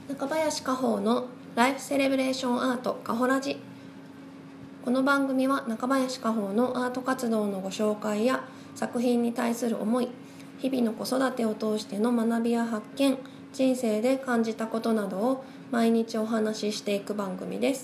中林家宝のライフセレブレーションアートかほラジ。この番組は中林家宝のアート活動のご紹介や作品に対する思い、日々の子育てを通しての学びや発見、人生で感じたことなどを毎日お話ししていく番組です。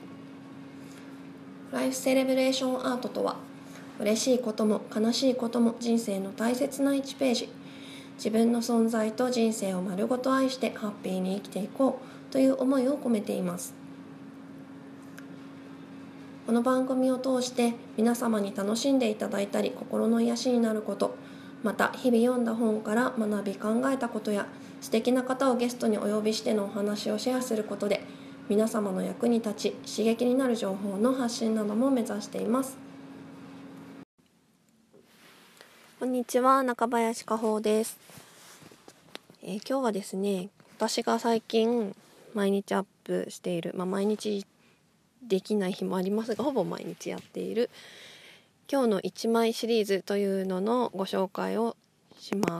ライフセレブレーションアートとは、嬉しいことも悲しいことも人生の大切な1ページ、自分の存在と人生を丸ごと愛してハッピーに生きていこうという思いを込めています。この番組を通して皆様に楽しんでいただいたり、心の癒しになること、また日々読んだ本から学び考えたことや素敵な方をゲストにお呼びしてのお話をシェアすることで、皆様の役に立ち刺激になる情報の発信なども目指しています。こんにちは、中林家宝です。今日はですね、私が最近毎日アップしている、毎日できない日もありますが、ほぼ毎日やっている今日の1枚シリーズというののご紹介をします。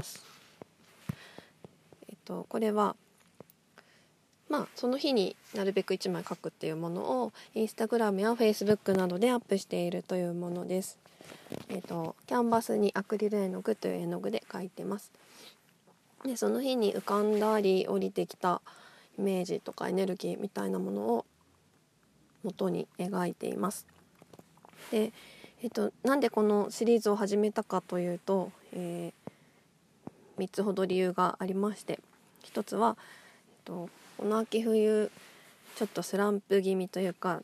これはその日になるべく1枚書くっていうものをインスタグラムやフェイスブックなどでアップしているというものです。キャンバスにアクリル絵の具という絵の具で描いてます。でその日に浮かんだり降りてきたイメージとかエネルギーみたいなものを元に描いています。で、なんでこのシリーズを始めたかというと、3つほど理由がありまして、一つは、この秋冬ちょっとスランプ気味というか、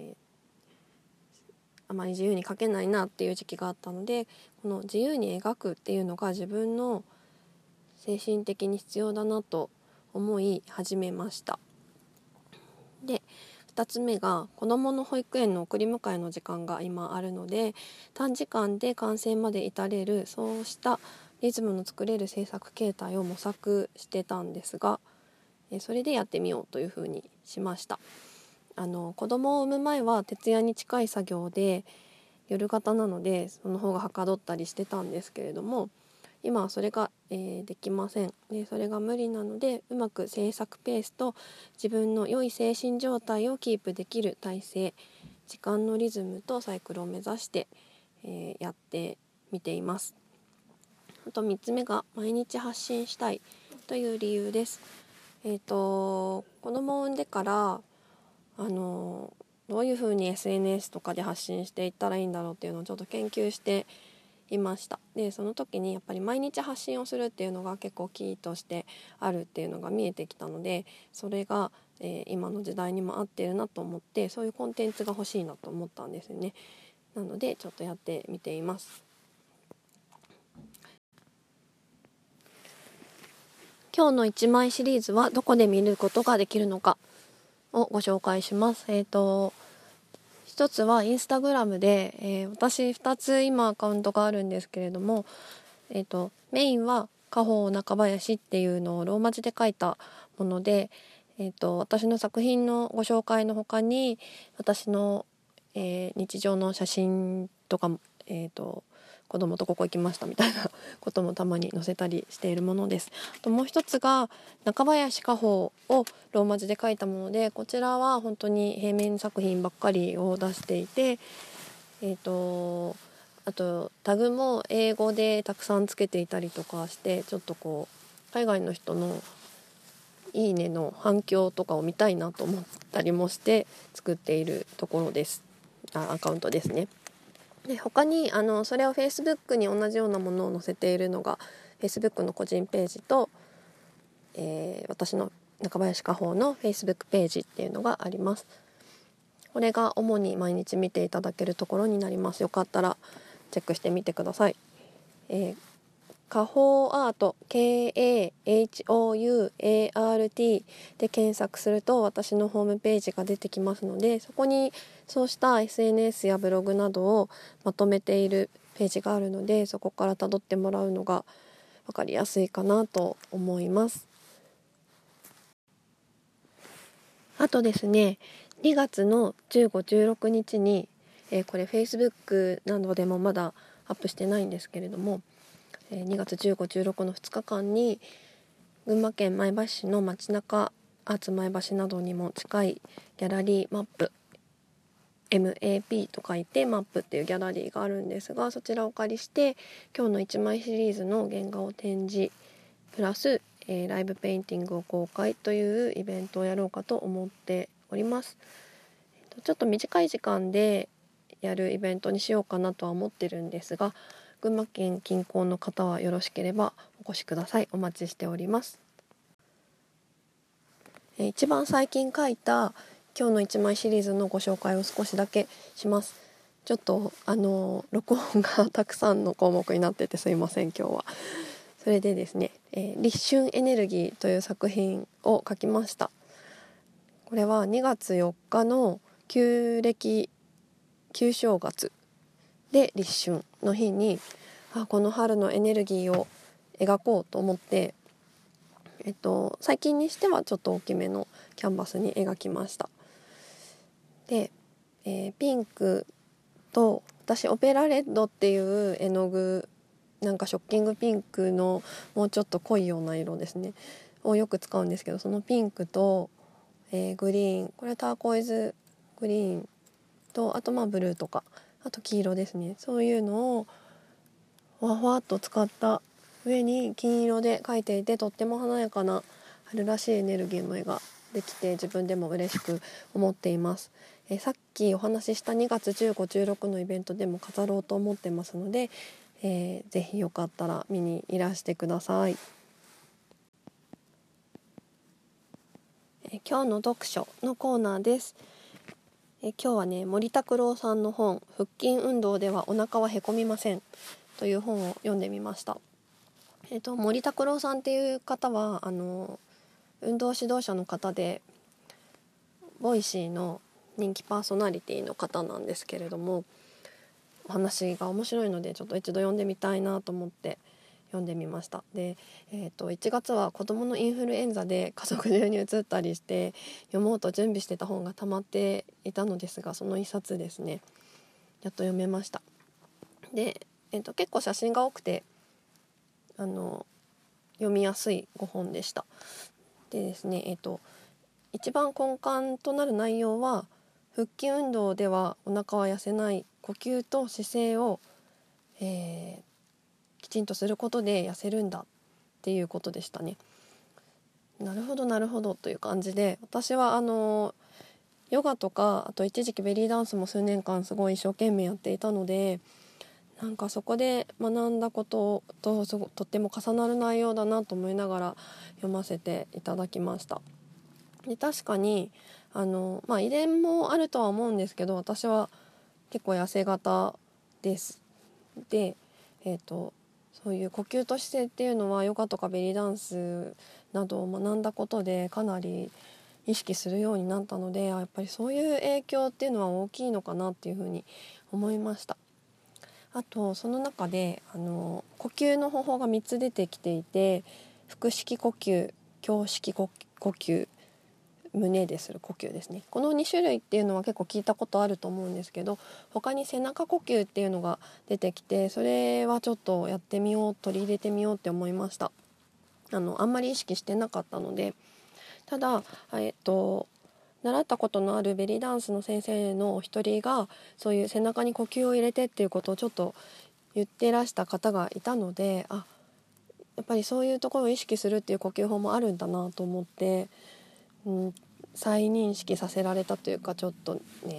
あまり自由に描けないなっていう時期があったので、この自由に描くっていうのが自分の精神的に必要だなと思い始めました。で、2つ目が子どもの保育園の送り迎えの時間が今あるので、短時間で完成まで至れるそうしたリズムの作れる制作形態を模索してたんですが、それでやってみようというふうにしました。子供を産む前は徹夜に近い作業で夜型なので、その方がはかどったりしてたんですけれども、今はそれが、できません。でそれが無理なので、うまく制作ペースと自分の良い精神状態をキープできる体制、時間のリズムとサイクルを目指して、やってみています。あと3つ目が毎日発信したいという理由です。子供を産んでからどういうふうに SNS とかで発信していったらいいんだろうっていうのをちょっと研究していました。でその時にやっぱり毎日発信をするっていうのが結構キーとしてあるっていうのが見えてきたので、それが、今の時代にも合ってるなと思って、そういうコンテンツが欲しいなと思ったんですよね。なのでちょっとやってみています。今日の1枚シリーズはどこで見ることができるのかをご紹介します。一つはインスタグラムで、私2つ今アカウントがあるんですけれども、メインは家宝中林っていうのをローマ字で書いたもので、私の作品のご紹介の他に私の、日常の写真とかも、子供とここ行きましたみたいなこともたまに載せたりしているものです。あともう一つが中林家宝をローマ字で書いたもので、こちらは本当に平面作品ばっかりを出していて、あとタグも英語でたくさんつけていたりとかして、ちょっとこう海外の人のいいねの反響とかを見たいなと思ったりもして作っているところです。アカウントですね。で他にそれを Facebook に同じようなものを載せているのが Facebook の個人ページと、私の中林家宝の Facebook ページっていうのがあります。これが主に毎日見ていただけるところになります。よかったらチェックしてみてください。家宝アート KAHOUART で検索すると私のホームページが出てきますので、そこにそうした SNS やブログなどをまとめているページがあるので、そこから辿ってもらうのが分かりやすいかなと思います。あとですね、2月の15、16日に、これ Facebook などでもまだアップしてないんですけれども、2月15、16の2日間に群馬県前橋市の街中アーツ前橋などにも近いギャラリーマップ、 MAP と書いてマップっていうギャラリーがあるんですが、そちらをお借りして今日の1枚シリーズの原画を展示プラス、ライブペインティングを公開というイベントをやろうかと思っております。ちょっと短い時間でやるイベントにしようかなとは思ってるんですが、群馬県近郊の方はよろしければお越しください。お待ちしております。一番最近書いた今日の1枚シリーズのご紹介を少しだけします。ちょっと録音がたくさんの項目になっててすいません今日は。それでですね、立春エネルギーという作品を書きました。これは2月4日の旧正月で立春の日にこの春のエネルギーを描こうと思って、最近にしてはちょっと大きめのキャンバスに描きました。で、ピンクと私オペラレッドっていう絵の具、なんかショッキングピンクのもうちょっと濃いような色ですねをよく使うんですけど、そのピンクと、グリーン、これはターコイズグリーンと、あとブルーとか、あと黄色ですね、そういうのをふわふわっと使った上に金色で描いていて、とっても華やかな春らしいエネルギーの絵ができて自分でも嬉しく思っています。さっきお話しした2月15、16のイベントでも飾ろうと思ってますので、ぜひよかったら見にいらしてください。今日の読書のコーナーです。今日はね、森拓郎さんの本腹筋運動ではお腹はへこみませんという本を読んでみました。森拓郎さんっていう方は運動指導者の方でボイシーの人気パーソナリティの方なんですけれども、お話が面白いのでちょっと一度読んでみたいなと思って読んでみました。で、1月は子どものインフルエンザで家族中に移ったりして読もうと準備してた本が溜まっていたのですが、その一冊ですね、やっと読めました。で、結構写真が多くて読みやすいご本でした。でですね、一番根幹となる内容は、腹筋運動ではお腹は痩せない、呼吸と姿勢を、きちんとすることで痩せるんだっていうことでしたね。なるほどなるほどという感じで、私はヨガとか、あと一時期ベリーダンスも数年間すごい一生懸命やっていたので、なんかそこで学んだことととっても重なる内容だなと思いながら読ませていただきました。で、確かに遺伝もあるとは思うんですけど、私は結構痩せ型です。で、そういう呼吸と姿勢っていうのはヨガとかベリーダンスなどを学んだことでかなり意識するようになったので、やっぱりそういう影響っていうのは大きいのかなっていうふうに思いました。あとその中で呼吸の方法が3つ出てきていて、腹式呼吸、胸式呼吸、胸でする呼吸ですね。この2種類っていうのは結構聞いたことあると思うんですけど、他に背中呼吸っていうのが出てきて、それはちょっとやってみよう、取り入れてみようって思いました。あんまり意識してなかったので。ただ習ったことのあるベリーダンスの先生のお一人がそういう背中に呼吸を入れてっていうことをちょっと言ってらした方がいたので、やっぱりそういうところを意識するっていう呼吸法もあるんだなと思って、再認識させられたというか、ちょっとね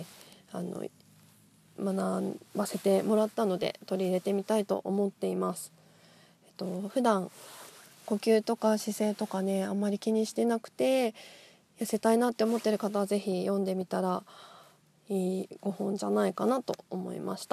学ばせてもらったので取り入れてみたいと思っています。普段呼吸とか姿勢とかね、あんまり気にしてなくて痩せたいなって思ってる方はぜひ読んでみたらいいご本じゃないかなと思いました。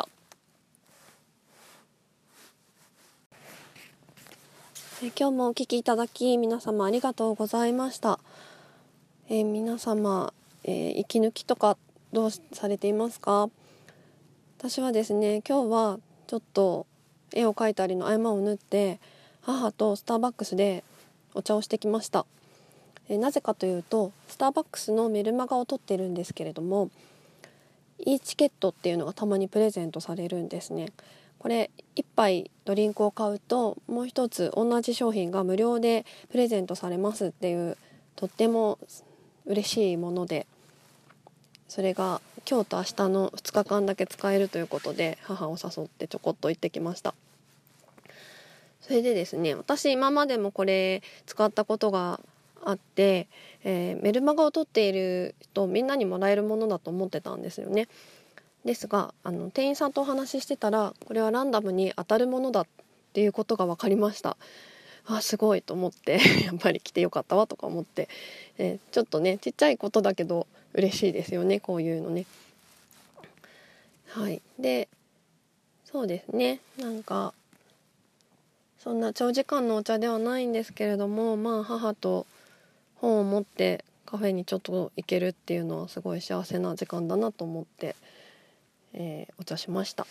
今日もお聞きいただき皆様ありがとうございました。皆様、息抜きとかどうされていますか？私はですね、今日はちょっと絵を描いたりの合間を縫って母とスターバックスでお茶をしてきました。なぜかというと、スターバックスのメルマガを取ってるんですけれども、いいチケットっていうのがたまにプレゼントされるんですね。これ1杯ドリンクを買うともう一つ同じ商品が無料でプレゼントされますっていう、とっても嬉しいもので、それが今日と明日の2日間だけ使えるということで母を誘ってちょこっと行ってきました。それでですね、私今までもこれ使ったことがあって、メルマガを取っている人みんなにもらえるものだと思ってたんですよね。ですが店員さんとお話ししてたら、これはランダムに当たるものだっていうことが分かりました。すごいと思ってやっぱり来てよかったわとか思って、ちょっとねちっちゃいことだけど嬉しいですよね、こういうのね。はい。でそうですね、なんかそんな長時間のお茶ではないんですけれども、母と本を持ってカフェにちょっと行けるっていうのはすごい幸せな時間だなと思って、お茶しました。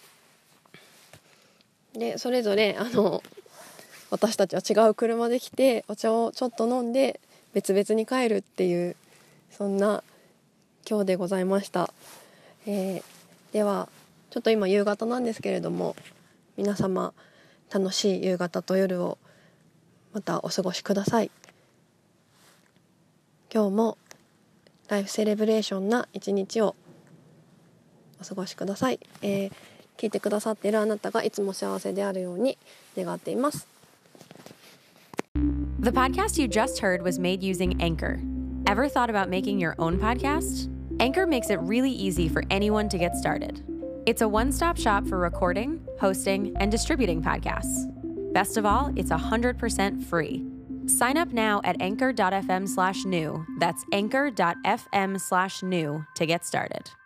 でそれぞれ私たちは違う車で来てお茶をちょっと飲んで別々に帰るっていう、そんな今日でございました。ではちょっと今夕方なんですけれども、皆様楽しい夕方と夜をまたお過ごしください。今日もライフセレブレーションな一日をお過ごしください。聞いてくださっているあなたがいつも幸せであるように願っています。 The podcast you just heard was made using Anchor. Ever thought about making your own podcast? Anchor makes it really easy for anyone to get started. It's a one-stop shop for recording, hosting, and distributing podcasts. Best of all, it's 100% free. Sign up now at anchor.fm/new. That's anchor.fm/new to get started.